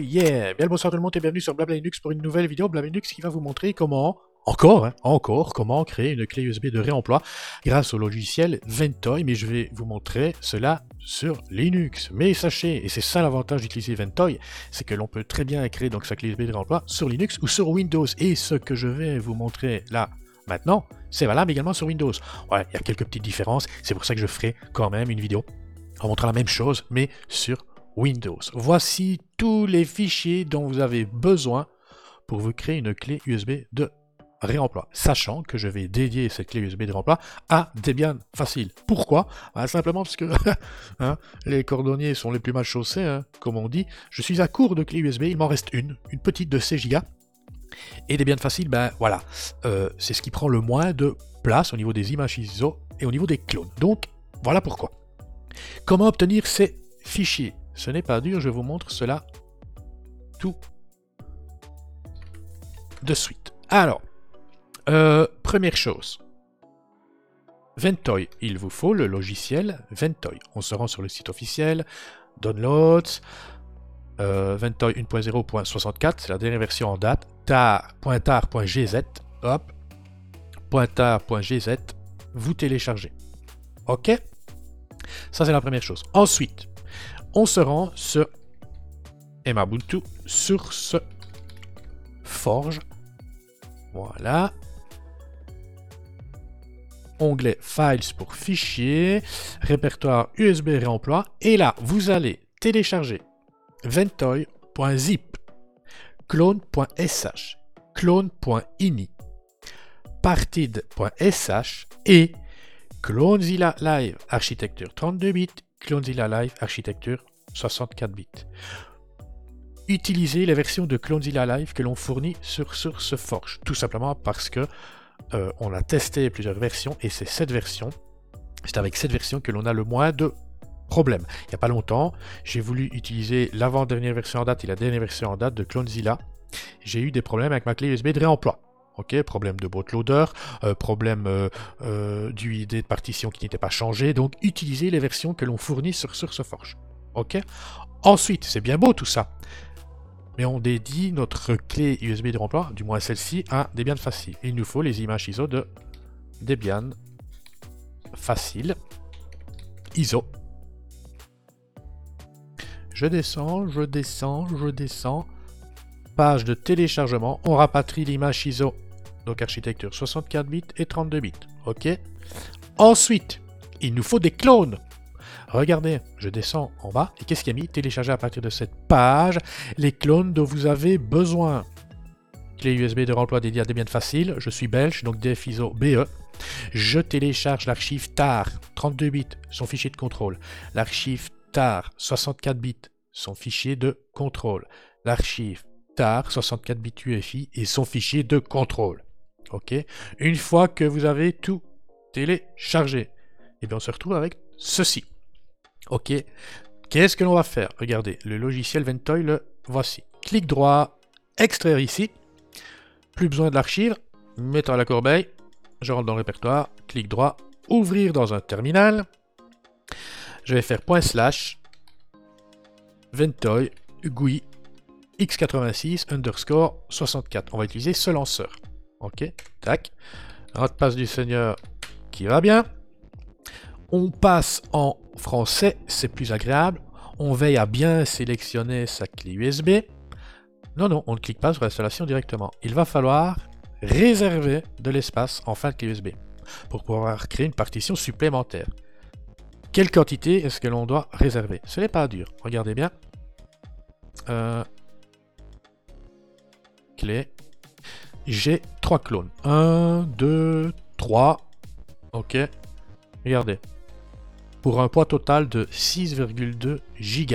yeah! Bien le bonsoir tout le monde et bienvenue sur Blabla Linux pour une nouvelle vidéo Blabla Linux qui va vous montrer comment, encore, comment créer une clé USB de réemploi grâce au logiciel Ventoy, mais je vais vous montrer cela sur Linux. Mais sachez, et c'est ça l'avantage d'utiliser Ventoy, c'est que l'on peut très bien créer donc sa clé USB de réemploi sur Linux ou sur Windows. Et ce que je vais vous montrer là, maintenant, c'est valable également sur Windows. Ouais, il y a quelques petites différences, c'est pour ça que je ferai quand même une vidéo en montrant la même chose, mais sur Windows. Voici tous les fichiers dont vous avez besoin pour vous créer une clé USB de réemploi, sachant que je vais dédier cette clé USB de réemploi à Debian Facile. Pourquoi? Simplement parce que les cordonniers sont les plus mal chaussés, comme on dit. Je suis à court de clés USB, il m'en reste une petite de 16 Go. Et Debian Facile, voilà, c'est ce qui prend le moins de place au niveau des images ISO et au niveau des clones. Donc, voilà pourquoi. Comment obtenir ces fichiers? Ce n'est pas dur, je vous montre cela tout de suite. Alors, première chose, Ventoy, il vous faut le logiciel Ventoy. On se rend sur le site officiel, Downloads, Ventoy 1.0.64, c'est la dernière version en date, tar.tar.gz, hop, .tar.gz, vous téléchargez. Ok? Ça, c'est la première chose. Ensuite, on se rend sur Mabuntu, source forge. Voilà. Onglet Files pour fichiers, répertoire USB réemploi. Et là, vous allez télécharger ventoy.zip, clone.sh, clone.ini, partid.sh et Clonezilla Live architecture 32 bits, Clonezilla Live architecture 64 bits. Utilisez les versions de Clonezilla Live que l'on fournit sur SourceForge, tout simplement parce que on a testé plusieurs versions et c'est avec cette version que l'on a le moins de problèmes. Il n'y a pas longtemps, j'ai voulu utiliser l'avant-dernière version en date et la dernière version en date de Clonezilla. J'ai eu des problèmes avec ma clé USB de réemploi. Ok, problème de bootloader, problème d'UID de partition qui n'était pas changé, donc utilisez les versions que l'on fournit sur SourceForge. Ok. Ensuite, c'est bien beau tout ça, mais on dédie notre clé USB de réemploi, du moins celle-ci, à Debian Facile. Il nous faut les images ISO de Debian Facile. ISO. Je descends. Page de téléchargement, on rapatrie l'image ISO, donc architecture 64 bits et 32 bits. Ok. Ensuite, il nous faut des clones. Regardez, je descends en bas, et qu'est-ce qu'il y a mis? Télécharger à partir de cette page les clones dont vous avez besoin. Clé USB de réemploi dédiée à Debian Facile, je suis belge, donc DFISO BE. Je télécharge l'archive TAR 32 bits, son fichier de contrôle. L'archive TAR 64 bits, son fichier de contrôle. L'archive TAR 64 bits UEFI et son fichier de contrôle. Ok. Une fois que vous avez tout téléchargé, et bien on se retrouve avec ceci. Ok. Qu'est-ce que l'on va faire? Regardez, le logiciel Ventoy, le voici. Clic droit, extraire ici. Plus besoin de l'archive. Mettre à la corbeille. Je rentre dans le répertoire. Clic droit, ouvrir dans un terminal. Je vais faire / Ventoy GUI x86_64. On va utiliser ce lanceur. Ok, tac. Notre passe du Seigneur qui va bien. On passe en français, c'est plus agréable. On veille à bien sélectionner sa clé USB. Non, on ne clique pas sur l'installation directement. Il va falloir réserver de l'espace en fin de clé USB pour pouvoir créer une partition supplémentaire. Quelle quantité est-ce que l'on doit réserver? Ce n'est pas dur. Regardez bien. Clé. J'ai 3 clones. 1, 2, 3. Ok. Regardez. Pour un poids total de 6,2 Go.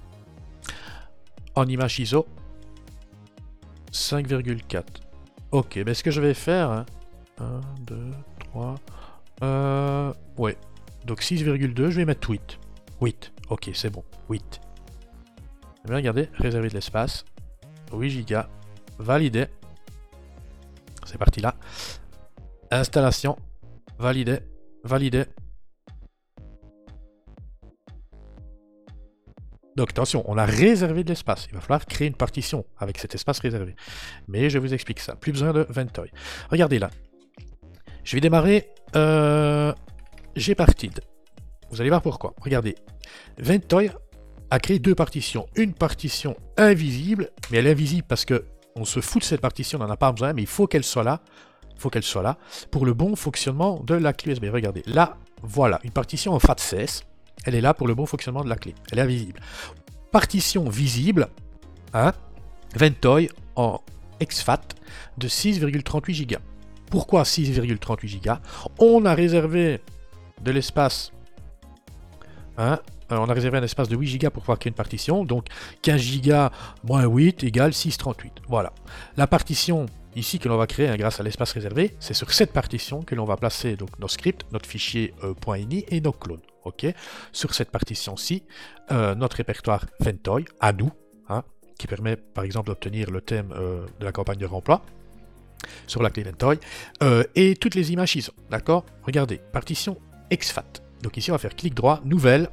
En image ISO, 5,4. Ok, ce que je vais faire... 1, 2, 3... ouais. Donc 6,2, je vais mettre 8. 8. Ok, c'est bon. 8. Bien, regardez, réserver de l'espace. 8 Go. Validé. C'est parti là. Installation. Validé. Validé. Donc attention, on a réservé de l'espace. Il va falloir créer une partition avec cet espace réservé. Mais je vous explique ça. Plus besoin de Ventoy. Regardez là. Je vais démarrer gpartid. Vous allez voir pourquoi. Regardez. Ventoy a créé deux partitions. Une partition invisible, mais elle est invisible parce que on se fout de cette partition, on n'en a pas besoin, mais il faut qu'elle soit là. Il faut qu'elle soit là pour le bon fonctionnement de la clé USB. Regardez, là, voilà, une partition en FAT16. Elle est là pour le bon fonctionnement de la clé. Elle est invisible. Partition visible, hein, Ventoy en exFAT de 6,38 Go. Pourquoi 6,38 Go? On a réservé de l'espace, hein, on a réservé un espace de 8 Go pour pouvoir créer une partition, donc 15 Go moins 8 égale 6,38. Voilà. La partition ici que l'on va créer, hein, grâce à l'espace réservé, c'est sur cette partition que l'on va placer donc, nos scripts, notre fichier .ini et nos clones. Okay. Sur cette partition-ci, notre répertoire Ventoy, à nous, hein, qui permet par exemple d'obtenir le thème de la campagne de remploi, sur la clé Ventoy, et toutes les images ISO. D'accord? Regardez, partition exFAT. Donc ici, on va faire clic droit, nouvelle,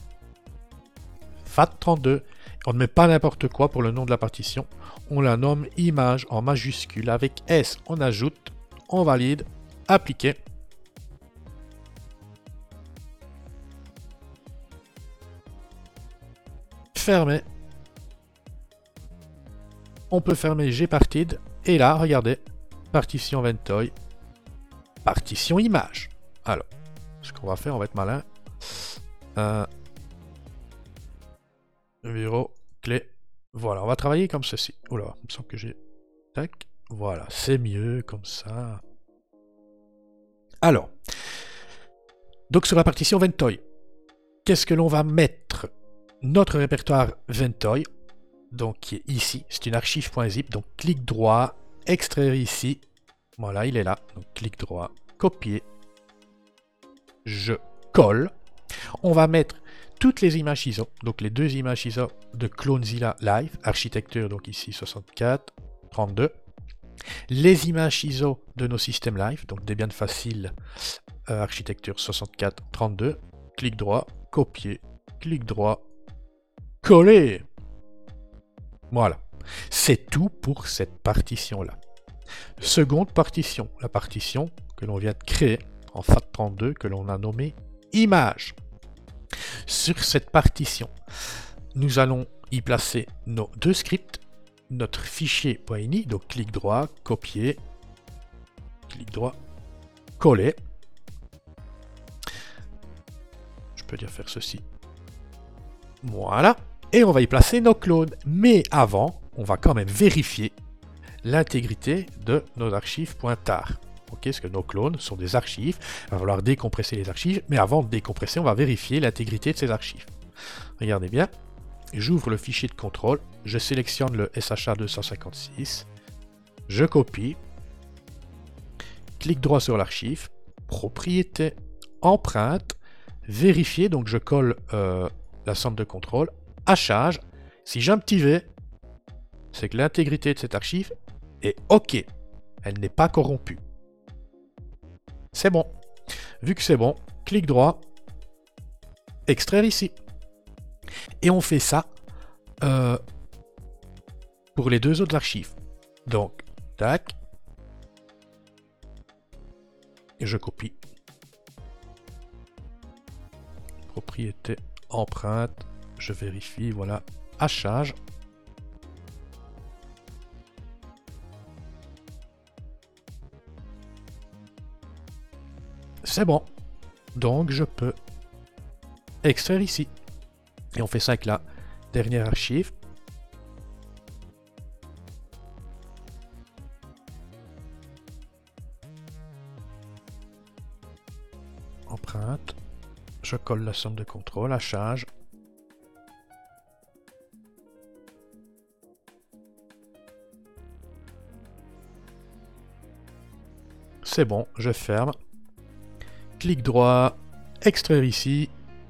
FAT32. On ne met pas n'importe quoi pour le nom de la partition. On la nomme image en majuscule avec S. On ajoute, on valide, appliquer. Fermer. On peut fermer gpartid. Et là, regardez, partition Ventoy, partition image. Alors, ce qu'on va faire, on va être malin. Bureau, clé. Voilà, on va travailler comme ceci. Oula, il me semble que j'ai... Tac. Voilà, c'est mieux comme ça. Alors, donc sur la partition Ventoy, qu'est-ce que l'on va mettre? Notre répertoire Ventoy, donc qui est ici, c'est une archive.zip, donc clic droit, extraire ici. Voilà, il est là. Donc clic droit, copier. Je colle. On va mettre toutes les images ISO, donc les deux images ISO de Clonezilla Live, architecture, donc ici 64, 32. Les images ISO de nos systèmes live, donc Debian Facile, architecture 64, 32. Clic droit, copier, clic droit, coller. Voilà. C'est tout pour cette partition-là. Seconde partition, la partition que l'on vient de créer en FAT32, que l'on a nommée image. Sur cette partition, nous allons y placer nos deux scripts, notre fichier .ini, donc clic droit, copier, clic droit, coller. Je peux dire faire ceci. Voilà. Et on va y placer nos clones. Mais avant, on va quand même vérifier l'intégrité de nos archives .tar. Ok, parce que nos clones sont des archives. Il va falloir décompresser les archives. Mais avant de décompresser, on va vérifier l'intégrité de ces archives. Regardez bien. J'ouvre le fichier de contrôle. Je sélectionne le SHA-256. Je copie. Clic droit sur l'archive. Propriété, empreinte. Vérifier. Donc je colle la somme de contrôle. Hachage. Si j'ai un petit V, c'est que l'intégrité de cette archive est OK. Elle n'est pas corrompue. C'est bon. Vu que c'est bon, clic droit, extraire ici. Et on fait ça pour les deux autres archives. Donc, tac. Et je copie. Propriété, empreinte. Je vérifie, voilà. Hachage. C'est bon. Donc, je peux extraire ici. Et on fait ça avec la dernière archive. Empreinte. Je colle la somme de contrôle, hachage. C'est bon, je ferme. Clic droit, extraire ici.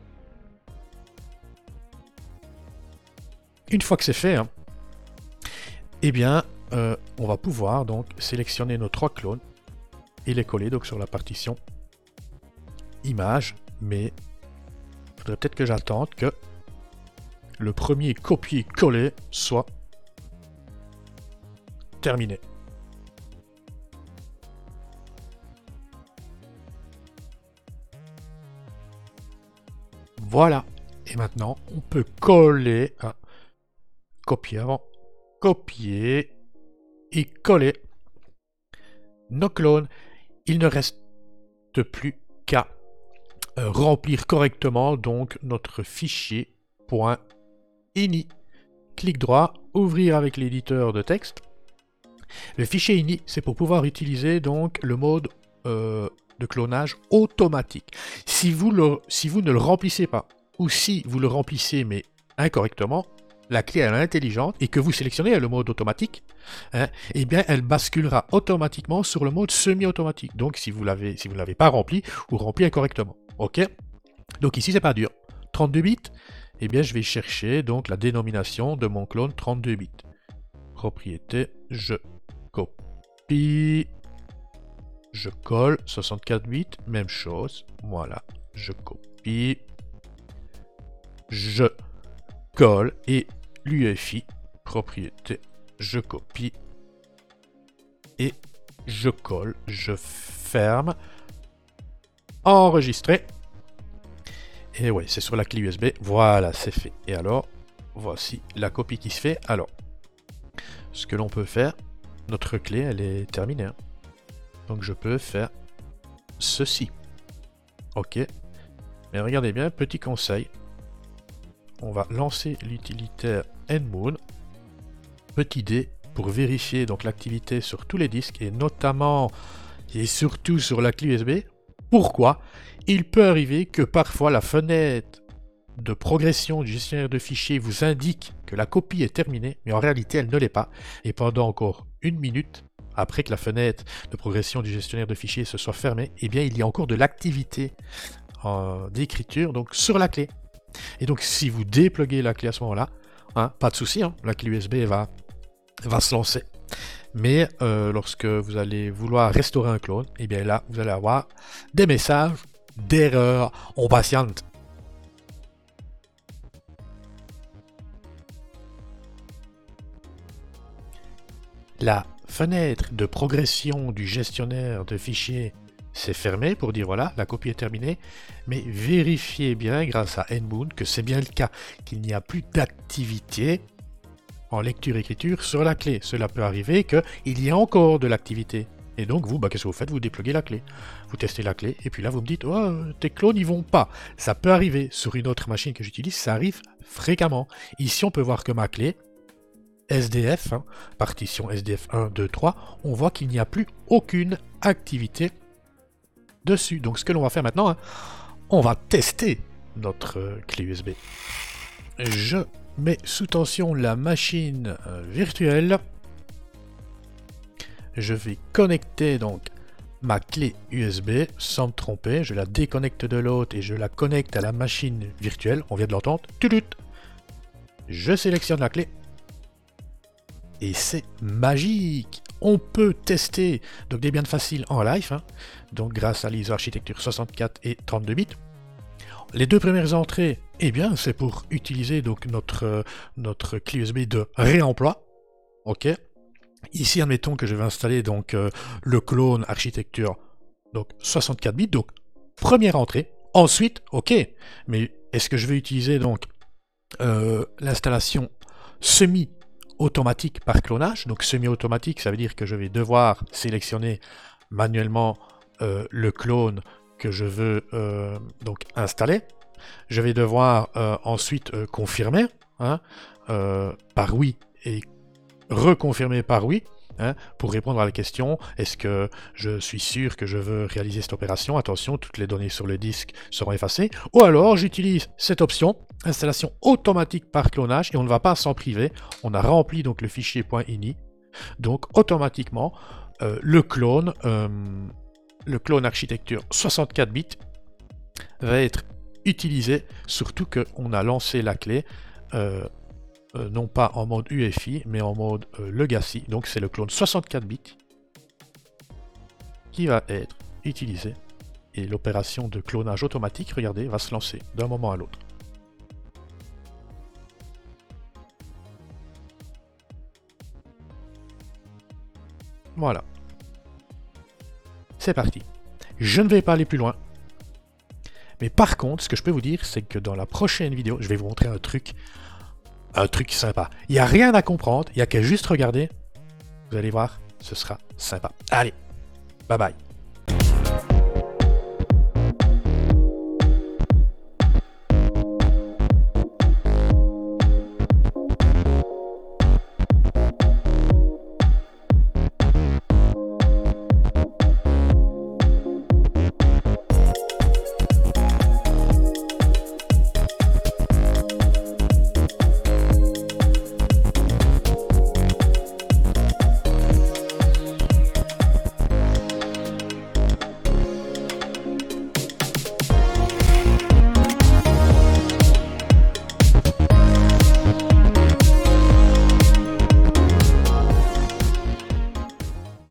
Une fois que c'est fait, hein, eh bien, on va pouvoir donc sélectionner nos trois clones et les coller donc sur la partition image, mais il faudrait peut-être que j'attende que le premier copier-coller soit terminé. Voilà. Et maintenant, on peut coller, copier avant, copier et coller nos clones. Il ne reste plus qu'à remplir correctement donc notre fichier .ini. Clic droit, ouvrir avec l'éditeur de texte. Le fichier ini, c'est pour pouvoir utiliser donc le mode de clonage automatique. Si vous ne le remplissez pas, ou si vous le remplissez mais incorrectement, la clé elle est intelligente et que vous sélectionnez le mode automatique, eh bien elle basculera automatiquement sur le mode semi-automatique. Donc si vous ne l'avez pas rempli, ou rempli incorrectement. Ok. Donc ici c'est pas dur. 32 bits, eh bien je vais chercher donc la dénomination de mon clone 32 bits. Propriété, je copie, je colle, 64 bits, même chose, voilà, je copie, je colle, et l'UEFI, propriété, je copie, et je colle, je ferme, enregistrer, et ouais, c'est sur la clé USB, voilà, c'est fait. Et alors, voici la copie qui se fait. Alors, ce que l'on peut faire, notre clé, elle est terminée. Hein. Donc je peux faire ceci. Ok. Mais regardez bien, petit conseil. On va lancer l'utilitaire nmoon. Petit d pour vérifier donc l'activité sur tous les disques et notamment et surtout sur la clé USB. Pourquoi? Il peut arriver que parfois la fenêtre de progression du gestionnaire de fichiers vous indique que la copie est terminée, mais en réalité elle ne l'est pas. Et pendant encore 1 minute, après que la fenêtre de progression du gestionnaire de fichiers se soit fermée, eh bien il y a encore de l'activité d'écriture donc sur la clé. Et donc si vous dépluguez la clé à ce moment-là, pas de souci, la clé USB va se lancer. Mais lorsque vous allez vouloir restaurer un clone, eh bien là vous allez avoir des messages d'erreur. On patiente. La fenêtre de progression du gestionnaire de fichiers s'est fermée pour dire voilà, la copie est terminée, mais vérifiez bien grâce à nmoon que c'est bien le cas, qu'il n'y a plus d'activité en lecture-écriture sur la clé. Cela peut arriver qu'il y ait encore de l'activité. Et donc vous, qu'est-ce que vous faites? Vous dépluguez la clé. Vous testez la clé, et puis là vous me dites oh, tes clones n'y vont pas. Ça peut arriver sur une autre machine que j'utilise, ça arrive fréquemment. Ici on peut voir que ma clé SDF, partition SDF 1, 2, 3, on voit qu'il n'y a plus aucune activité dessus. Donc ce que l'on va faire maintenant, on va tester notre clé USB. Je mets sous tension la machine virtuelle. Je vais connecter donc ma clé USB sans me tromper. Je la déconnecte de l'autre et je la connecte à la machine virtuelle. On vient de l'entendre. Je sélectionne la clé. Et c'est magique. On peut tester donc des biens faciles en live, donc grâce à l'ISO architecture 64 et 32 bits. Les deux premières entrées, eh bien, c'est pour utiliser donc notre clé USB de réemploi. Ok. Ici, admettons que je vais installer donc le clone architecture donc 64 bits. Donc première entrée. Ensuite, ok. Mais est-ce que je vais utiliser donc l'installation semi-automatique par clonage? Donc semi-automatique, ça veut dire que je vais devoir sélectionner manuellement le clone que je veux donc installer. Je vais devoir ensuite confirmer par oui et reconfirmer par oui pour répondre à la question est-ce que je suis sûr que je veux réaliser cette opération? Attention, toutes les données sur le disque seront effacées. Ou alors j'utilise cette option installation automatique par clonage et on ne va pas s'en priver. On a rempli donc le fichier .ini. Donc automatiquement le clone architecture 64 bits va être utilisé, surtout qu'on a lancé la clé non pas en mode UEFI, mais en mode Legacy. Donc c'est le clone 64 bits qui va être utilisé. Et l'opération de clonage automatique, regardez, va se lancer d'un moment à l'autre. Voilà. C'est parti. Je ne vais pas aller plus loin. Mais par contre, ce que je peux vous dire, c'est que dans la prochaine vidéo, je vais vous montrer un truc sympa. Il n'y a rien à comprendre, il n'y a qu'à juste regarder. Vous allez voir, ce sera sympa. Allez, bye bye.